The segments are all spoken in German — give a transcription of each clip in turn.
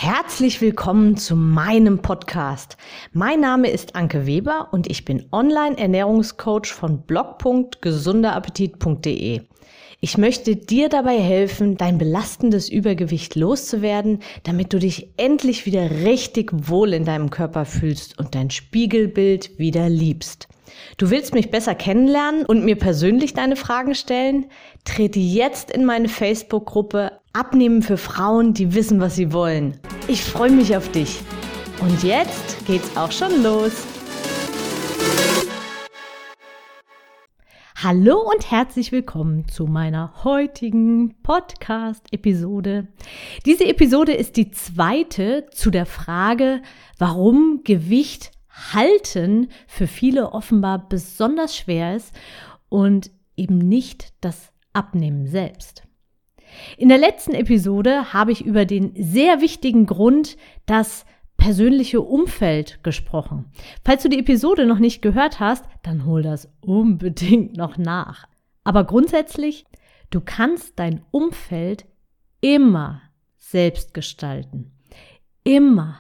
Herzlich willkommen zu meinem Podcast. Mein Name ist Anke Weber und ich bin Online-Ernährungscoach von blog.gesunderappetit.de. Ich möchte dir dabei helfen, dein belastendes Übergewicht loszuwerden, damit du dich endlich wieder richtig wohl in deinem Körper fühlst und dein Spiegelbild wieder liebst. Du willst mich besser kennenlernen und mir persönlich deine Fragen stellen? Trete jetzt in meine Facebook-Gruppe Abnehmen für Frauen, die wissen, was sie wollen. Ich freue mich auf dich. Und jetzt geht's auch schon los. Hallo und herzlich willkommen zu meiner heutigen Podcast-Episode. Diese Episode ist die zweite zu der Frage, warum Gewicht halten für viele offenbar besonders schwer ist und eben nicht das Abnehmen selbst. In der letzten Episode habe ich über den sehr wichtigen Grund, das persönliche Umfeld gesprochen. Falls du die Episode noch nicht gehört hast, dann hol das unbedingt noch nach. Aber grundsätzlich, du kannst dein Umfeld immer selbst gestalten. Immer.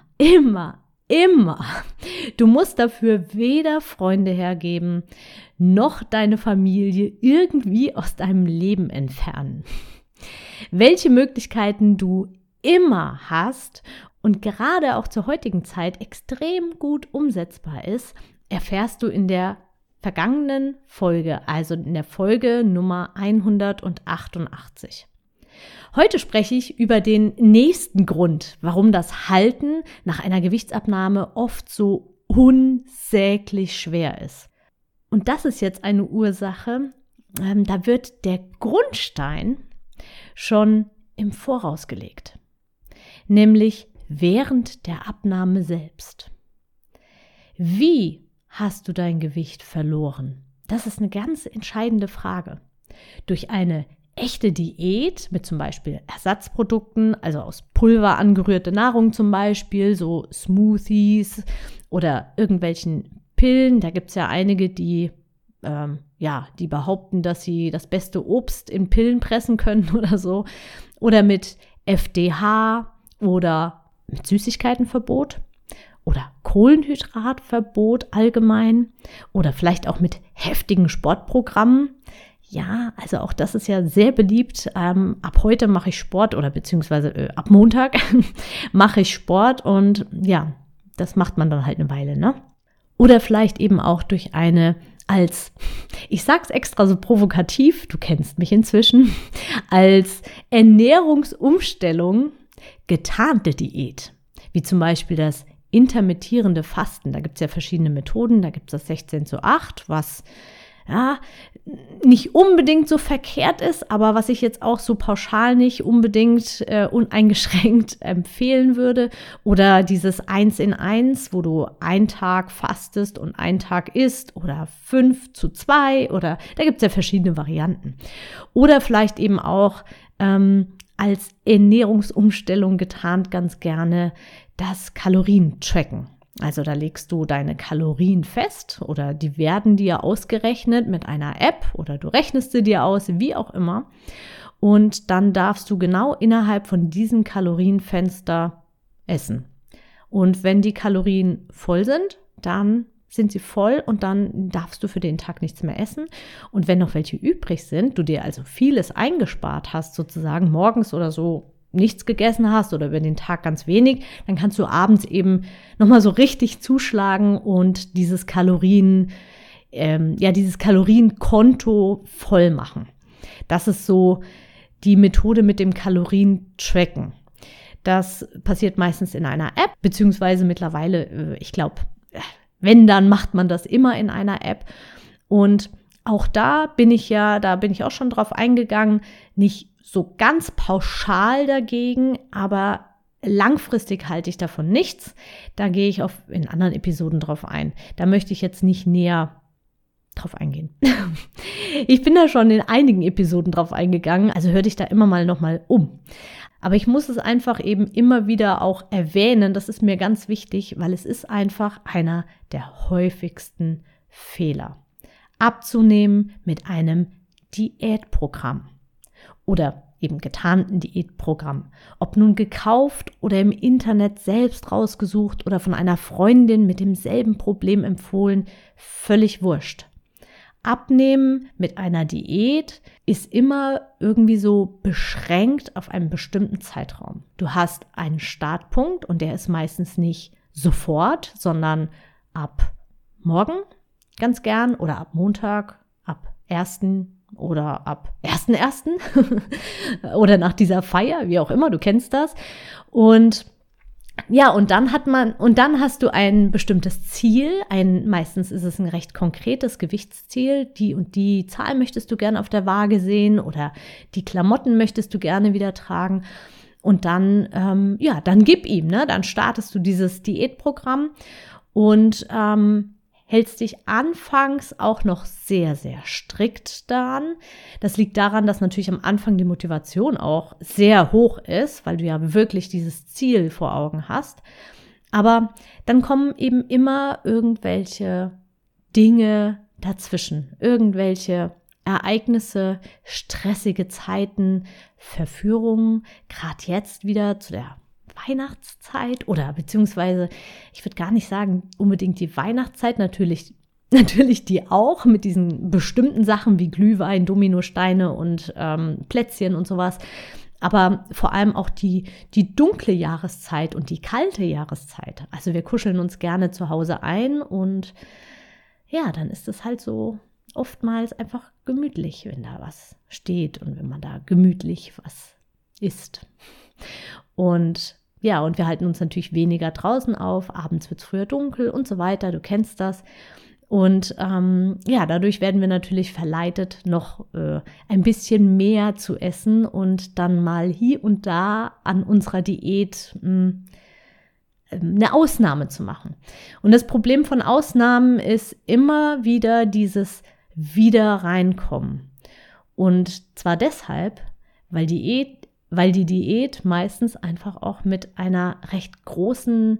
Du musst dafür weder Freunde hergeben, noch deine Familie irgendwie aus deinem Leben entfernen. Welche Möglichkeiten du immer hast und gerade auch zur heutigen Zeit extrem gut umsetzbar ist, erfährst du in der vergangenen Folge, also in der Folge Nummer 188. Heute spreche ich über den nächsten Grund, warum das Halten nach einer Gewichtsabnahme oft so unsäglich schwer ist. Und das ist jetzt eine Ursache, da wird der Grundstein schon im Voraus gelegt, nämlich während der Abnahme selbst. Wie hast du dein Gewicht verloren? Das ist eine ganz entscheidende Frage. Durch eine echte Diät mit zum Beispiel Ersatzprodukten, also aus Pulver angerührte Nahrung zum Beispiel, so Smoothies oder irgendwelchen Pillen. Da gibt es ja einige, die behaupten, dass sie das beste Obst in Pillen pressen können oder so. Oder mit FDH oder mit Süßigkeitenverbot oder Kohlenhydratverbot allgemein oder vielleicht auch mit heftigen Sportprogrammen. Ja, also auch das ist ja sehr beliebt. Ab heute mache ich Sport oder beziehungsweise ab Montag mache ich Sport und ja, das macht man dann halt eine Weile, ne? Oder vielleicht eben auch durch eine ich sag's extra so provokativ, du kennst mich inzwischen, als Ernährungsumstellung getarnte Diät, wie zum Beispiel das intermittierende Fasten. Da gibt es ja verschiedene Methoden, da gibt es das 16:8, was ja nicht unbedingt so verkehrt ist, aber was ich jetzt auch so pauschal nicht unbedingt uneingeschränkt empfehlen würde. Oder dieses 1 in 1, wo du einen Tag fastest und einen Tag isst oder 5:2 oder da gibt es ja verschiedene Varianten. Oder vielleicht eben auch als Ernährungsumstellung getarnt ganz gerne das Kalorien-Tracken. Also da legst du deine Kalorien fest oder die werden dir ausgerechnet mit einer App oder du rechnest sie dir aus, wie auch immer. Und dann darfst du genau innerhalb von diesem Kalorienfenster essen. Und wenn die Kalorien voll sind, dann sind sie voll und dann darfst du für den Tag nichts mehr essen. Und wenn noch welche übrig sind, du dir also vieles eingespart hast, sozusagen morgens oder so, nichts gegessen hast oder über den Tag ganz wenig, dann kannst du abends eben nochmal so richtig zuschlagen und dieses Kalorienkonto voll machen. Das ist so die Methode mit dem Kalorien-Tracken. Das passiert meistens in einer App, beziehungsweise mittlerweile, ich glaube, wenn, dann macht man das immer in einer App. Und auch da bin ich auch schon drauf eingegangen, nicht so ganz pauschal dagegen, aber langfristig halte ich davon nichts. Da gehe ich in anderen Episoden drauf ein. Da möchte ich jetzt nicht näher drauf eingehen. Ich bin da schon in einigen Episoden drauf eingegangen, also hör dich da immer mal nochmal um. Aber ich muss es einfach eben immer wieder auch erwähnen, das ist mir ganz wichtig, weil es ist einfach einer der häufigsten Fehler. Abzunehmen mit einem Diätprogramm. Oder eben getarnten Diätprogramm. Ob nun gekauft oder im Internet selbst rausgesucht oder von einer Freundin mit demselben Problem empfohlen, völlig wurscht. Abnehmen mit einer Diät ist immer irgendwie so beschränkt auf einen bestimmten Zeitraum. Du hast einen Startpunkt und der ist meistens nicht sofort, sondern ab morgen ganz gern oder ab Montag, ab 1. oder ab 1.1. oder nach dieser Feier, wie auch immer, du kennst das. Und ja, und dann hast du ein bestimmtes Ziel, meistens ist es ein recht konkretes Gewichtsziel, die und die Zahl möchtest du gerne auf der Waage sehen oder die Klamotten möchtest du gerne wieder tragen. Und dann, dann gib ihm, ne? Dann startest du dieses Diätprogramm und hältst dich anfangs auch noch sehr, sehr strikt daran. Das liegt daran, dass natürlich am Anfang die Motivation auch sehr hoch ist, weil du ja wirklich dieses Ziel vor Augen hast. Aber dann kommen eben immer irgendwelche Dinge dazwischen, irgendwelche Ereignisse, stressige Zeiten, Verführungen, gerade jetzt wieder zu der Weihnachtszeit oder beziehungsweise, ich würde gar nicht sagen unbedingt die Weihnachtszeit, natürlich die auch mit diesen bestimmten Sachen wie Glühwein, Dominosteine und Plätzchen und sowas, aber vor allem auch die dunkle Jahreszeit und die kalte Jahreszeit. Also wir kuscheln uns gerne zu Hause ein und ja, dann ist es halt so oftmals einfach gemütlich, wenn da was steht und wenn man da gemütlich was isst. Und ja, und wir halten uns natürlich weniger draußen auf, abends wird es früher dunkel und so weiter, du kennst das. Und dadurch werden wir natürlich verleitet, noch ein bisschen mehr zu essen und dann mal hier und da an unserer Diät eine Ausnahme zu machen. Und das Problem von Ausnahmen ist immer wieder dieses Wieder-Reinkommen. Und zwar deshalb, weil die Diät meistens einfach auch mit einer recht großen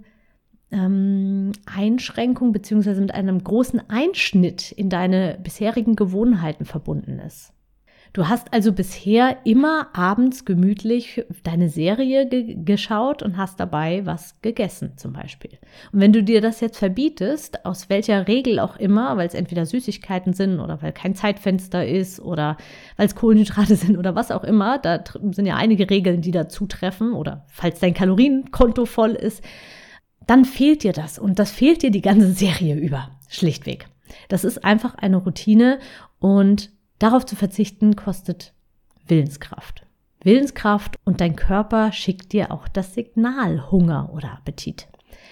Einschränkung bzw. mit einem großen Einschnitt in deine bisherigen Gewohnheiten verbunden ist. Du hast also bisher immer abends gemütlich deine Serie geschaut und hast dabei was gegessen zum Beispiel. Und wenn du dir das jetzt verbietest, aus welcher Regel auch immer, weil es entweder Süßigkeiten sind oder weil kein Zeitfenster ist oder weil es Kohlenhydrate sind oder was auch immer, da sind ja einige Regeln, die da zutreffen oder falls dein Kalorienkonto voll ist, dann fehlt dir das und das fehlt dir die ganze Serie über, schlichtweg. Das ist einfach eine Routine und darauf zu verzichten kostet Willenskraft. Willenskraft und dein Körper schickt dir auch das Signal Hunger oder Appetit.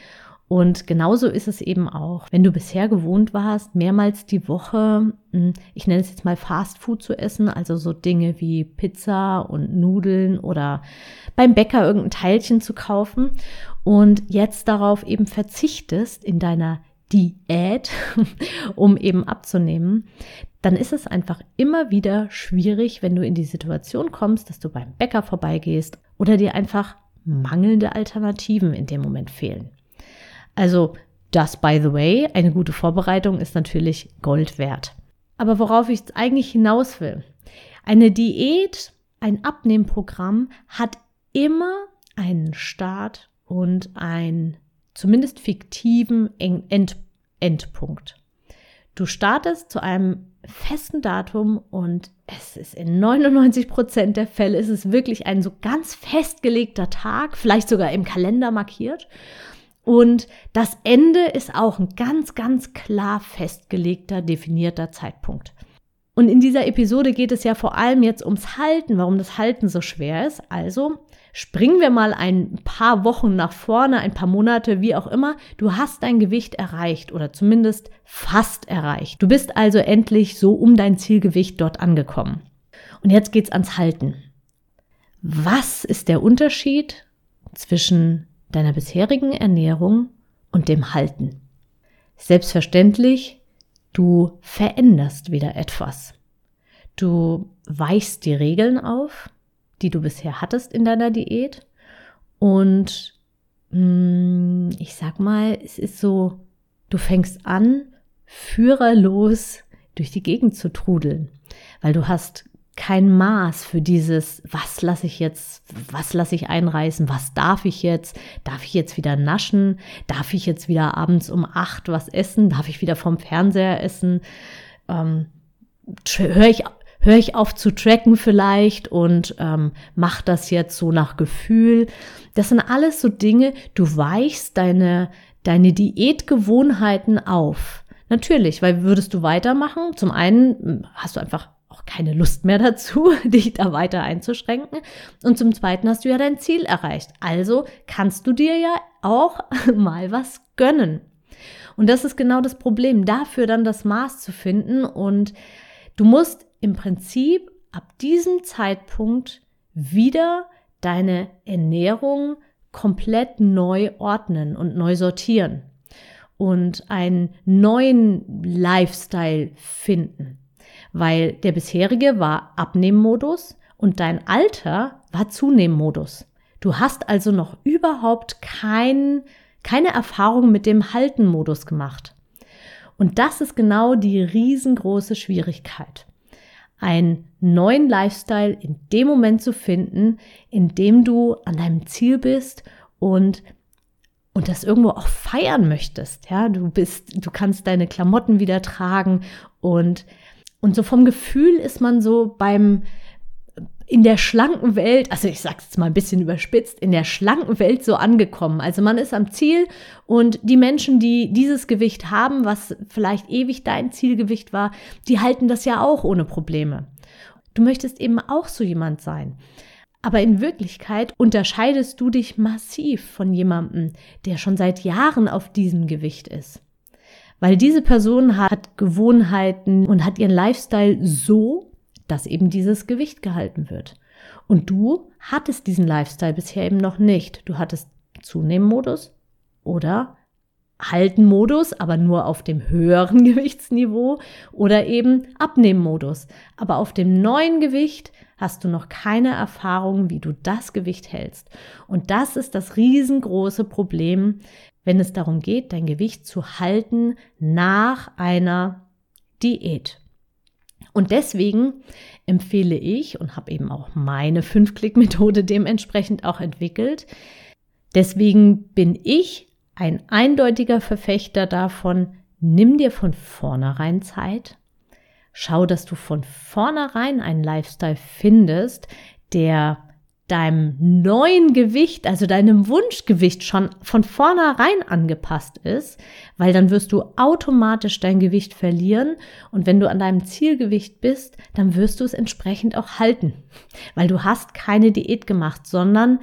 Und genauso ist es eben auch, wenn du bisher gewohnt warst, mehrmals die Woche, ich nenne es jetzt mal Fast Food zu essen, also so Dinge wie Pizza und Nudeln oder beim Bäcker irgendein Teilchen zu kaufen und jetzt darauf eben verzichtest in deiner Diät, um eben abzunehmen, dann ist es einfach immer wieder schwierig, wenn du in die Situation kommst, dass du beim Bäcker vorbeigehst oder dir einfach mangelnde Alternativen in dem Moment fehlen. Also das, by the way, eine gute Vorbereitung ist natürlich Gold wert. Aber worauf ich eigentlich hinaus will, eine Diät, ein Abnehmprogramm hat immer einen Start und einen zumindest fiktiven Endpunkt. Du startest zu einem festen Datum und es ist in 99% der Fälle ist es wirklich ein so ganz festgelegter Tag, vielleicht sogar im Kalender markiert. Und das Ende ist auch ein ganz, ganz klar festgelegter, definierter Zeitpunkt. Und in dieser Episode geht es ja vor allem jetzt ums Halten, warum das Halten so schwer ist. Also springen wir mal ein paar Wochen nach vorne, ein paar Monate, wie auch immer. Du hast dein Gewicht erreicht oder zumindest fast erreicht. Du bist also endlich so um dein Zielgewicht dort angekommen. Und jetzt geht's ans Halten. Was ist der Unterschied zwischen deiner bisherigen Ernährung und dem Halten? Selbstverständlich, du veränderst wieder etwas. Du weichst die Regeln auf, die du bisher hattest in deiner Diät. Und ich sag mal, es ist so, du fängst an, führerlos durch die Gegend zu trudeln, weil du hast kein Maß für dieses, was lasse ich einreißen, was darf ich jetzt wieder naschen, darf ich jetzt wieder abends um 8 was essen, darf ich wieder vom Fernseher essen, höre ich auf zu tracken vielleicht und mache das jetzt so nach Gefühl. Das sind alles so Dinge, du weichst deine Diätgewohnheiten auf. Natürlich, weil würdest du weitermachen, zum einen hast du einfach auch keine Lust mehr dazu, dich da weiter einzuschränken. Und zum Zweiten hast du ja dein Ziel erreicht. Also kannst du dir ja auch mal was gönnen. Und das ist genau das Problem, dafür dann das Maß zu finden. Und du musst im Prinzip ab diesem Zeitpunkt wieder deine Ernährung komplett neu ordnen und neu sortieren und einen neuen Lifestyle finden. Weil der bisherige war Abnehmmodus und dein alter war Zunehmmodus. Du hast also noch überhaupt keine Erfahrung mit dem Halten-Modus gemacht. Und das ist genau die riesengroße Schwierigkeit. Einen neuen Lifestyle in dem Moment zu finden, in dem du an deinem Ziel bist und das irgendwo auch feiern möchtest. Ja, du kannst deine Klamotten wieder tragen und so vom Gefühl ist man so in der schlanken Welt, also ich sag's jetzt mal ein bisschen überspitzt, in der schlanken Welt so angekommen. Also man ist am Ziel und die Menschen, die dieses Gewicht haben, was vielleicht ewig dein Zielgewicht war, die halten das ja auch ohne Probleme. Du möchtest eben auch so jemand sein. Aber in Wirklichkeit unterscheidest du dich massiv von jemandem, der schon seit Jahren auf diesem Gewicht ist. Weil diese Person hat Gewohnheiten und hat ihren Lifestyle so, dass eben dieses Gewicht gehalten wird. Und du hattest diesen Lifestyle bisher eben noch nicht. Du hattest Zunehmmodus oder Haltenmodus, aber nur auf dem höheren Gewichtsniveau oder eben Abnehmmodus. Aber auf dem neuen Gewicht hast du noch keine Erfahrung, wie du das Gewicht hältst. Und das ist das riesengroße Problem, wenn es darum geht, dein Gewicht zu halten nach einer Diät. Und deswegen empfehle ich und habe eben auch meine 5-Klick-Methode dementsprechend auch entwickelt. Deswegen bin ich ein eindeutiger Verfechter davon, nimm dir von vornherein Zeit. Schau, dass du von vornherein einen Lifestyle findest, der deinem neuen Gewicht, also deinem Wunschgewicht schon von vornherein angepasst ist, weil dann wirst du automatisch dein Gewicht verlieren und wenn du an deinem Zielgewicht bist, dann wirst du es entsprechend auch halten, weil du hast keine Diät gemacht, sondern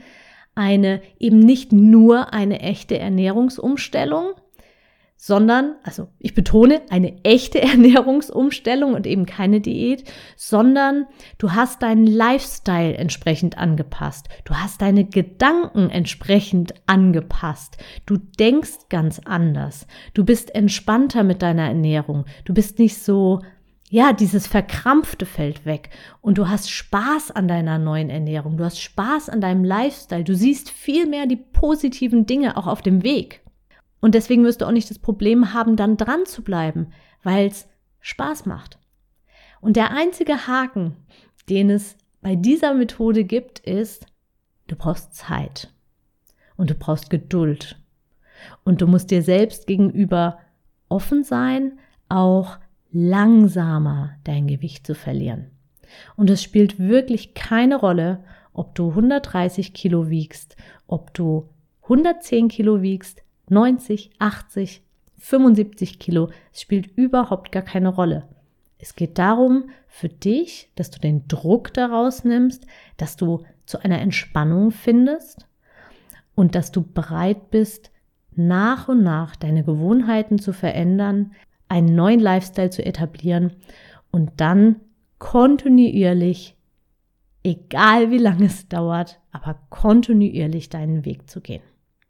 eben nicht nur eine echte Ernährungsumstellung, sondern, also ich betone, eine echte Ernährungsumstellung und eben keine Diät, sondern du hast deinen Lifestyle entsprechend angepasst. Du hast deine Gedanken entsprechend angepasst. Du denkst ganz anders. Du bist entspannter mit deiner Ernährung. Du bist nicht so, dieses Verkrampfte fällt weg und du hast Spaß an deiner neuen Ernährung. Du hast Spaß an deinem Lifestyle. Du siehst viel mehr die positiven Dinge auch auf dem Weg. Und deswegen wirst du auch nicht das Problem haben, dann dran zu bleiben, weil es Spaß macht. Und der einzige Haken, den es bei dieser Methode gibt, ist, du brauchst Zeit und du brauchst Geduld. Und du musst dir selbst gegenüber offen sein, auch langsamer dein Gewicht zu verlieren. Und es spielt wirklich keine Rolle, ob du 130 Kilo wiegst, ob du 110 Kilo wiegst, 90, 80, 75 Kilo, es spielt überhaupt gar keine Rolle. Es geht darum für dich, dass du den Druck daraus nimmst, dass du zu einer Entspannung findest und dass du bereit bist, nach und nach deine Gewohnheiten zu verändern, einen neuen Lifestyle zu etablieren und dann kontinuierlich, egal wie lange es dauert, aber kontinuierlich deinen Weg zu gehen.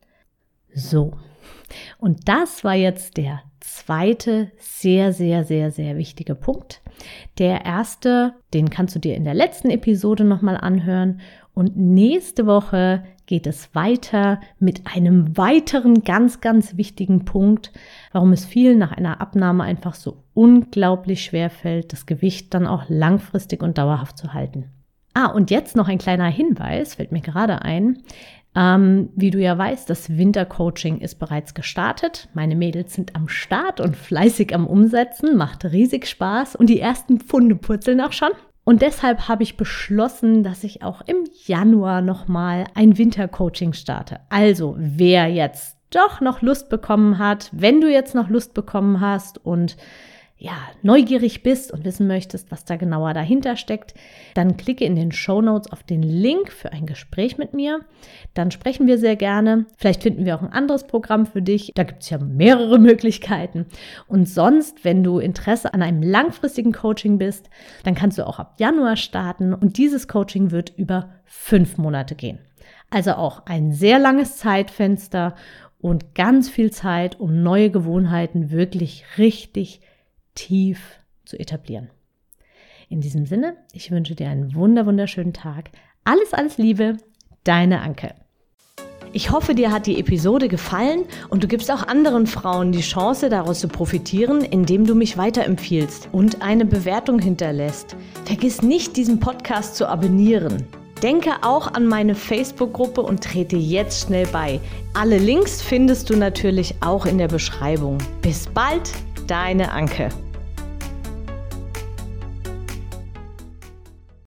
So, und das war jetzt der zweite sehr, sehr, sehr, sehr wichtige Punkt. Der erste, den kannst du dir in der letzten Episode nochmal anhören. Und nächste Woche geht es weiter mit einem weiteren ganz, ganz wichtigen Punkt, warum es vielen nach einer Abnahme einfach so unglaublich schwer fällt, das Gewicht dann auch langfristig und dauerhaft zu halten. Und jetzt noch ein kleiner Hinweis, fällt mir gerade ein. Wie du ja weißt, das Wintercoaching ist bereits gestartet. Meine Mädels sind am Start und fleißig am Umsetzen, macht riesig Spaß und die ersten Pfunde purzeln auch schon. Und deshalb habe ich beschlossen, dass ich auch im Januar nochmal ein Wintercoaching starte. Also wer jetzt doch noch Lust bekommen hat, wenn du jetzt noch Lust bekommen hast und neugierig bist und wissen möchtest, was da genauer dahinter steckt, dann klicke in den Shownotes auf den Link für ein Gespräch mit mir. Dann sprechen wir sehr gerne. Vielleicht finden wir auch ein anderes Programm für dich. Da gibt es ja mehrere Möglichkeiten. Und sonst, wenn du Interesse an einem langfristigen Coaching bist, dann kannst du auch ab Januar starten. Und dieses Coaching wird über 5 Monate gehen. Also auch ein sehr langes Zeitfenster und ganz viel Zeit, um neue Gewohnheiten wirklich richtig tief zu etablieren. In diesem Sinne, ich wünsche dir einen wunderschönen Tag. Alles Liebe, deine Anke. Ich hoffe, dir hat die Episode gefallen und du gibst auch anderen Frauen die Chance, daraus zu profitieren, indem du mich weiterempfiehlst und eine Bewertung hinterlässt. Vergiss nicht, diesen Podcast zu abonnieren. Denke auch an meine Facebook-Gruppe und trete jetzt schnell bei. Alle Links findest du natürlich auch in der Beschreibung. Bis bald! Deine Anke.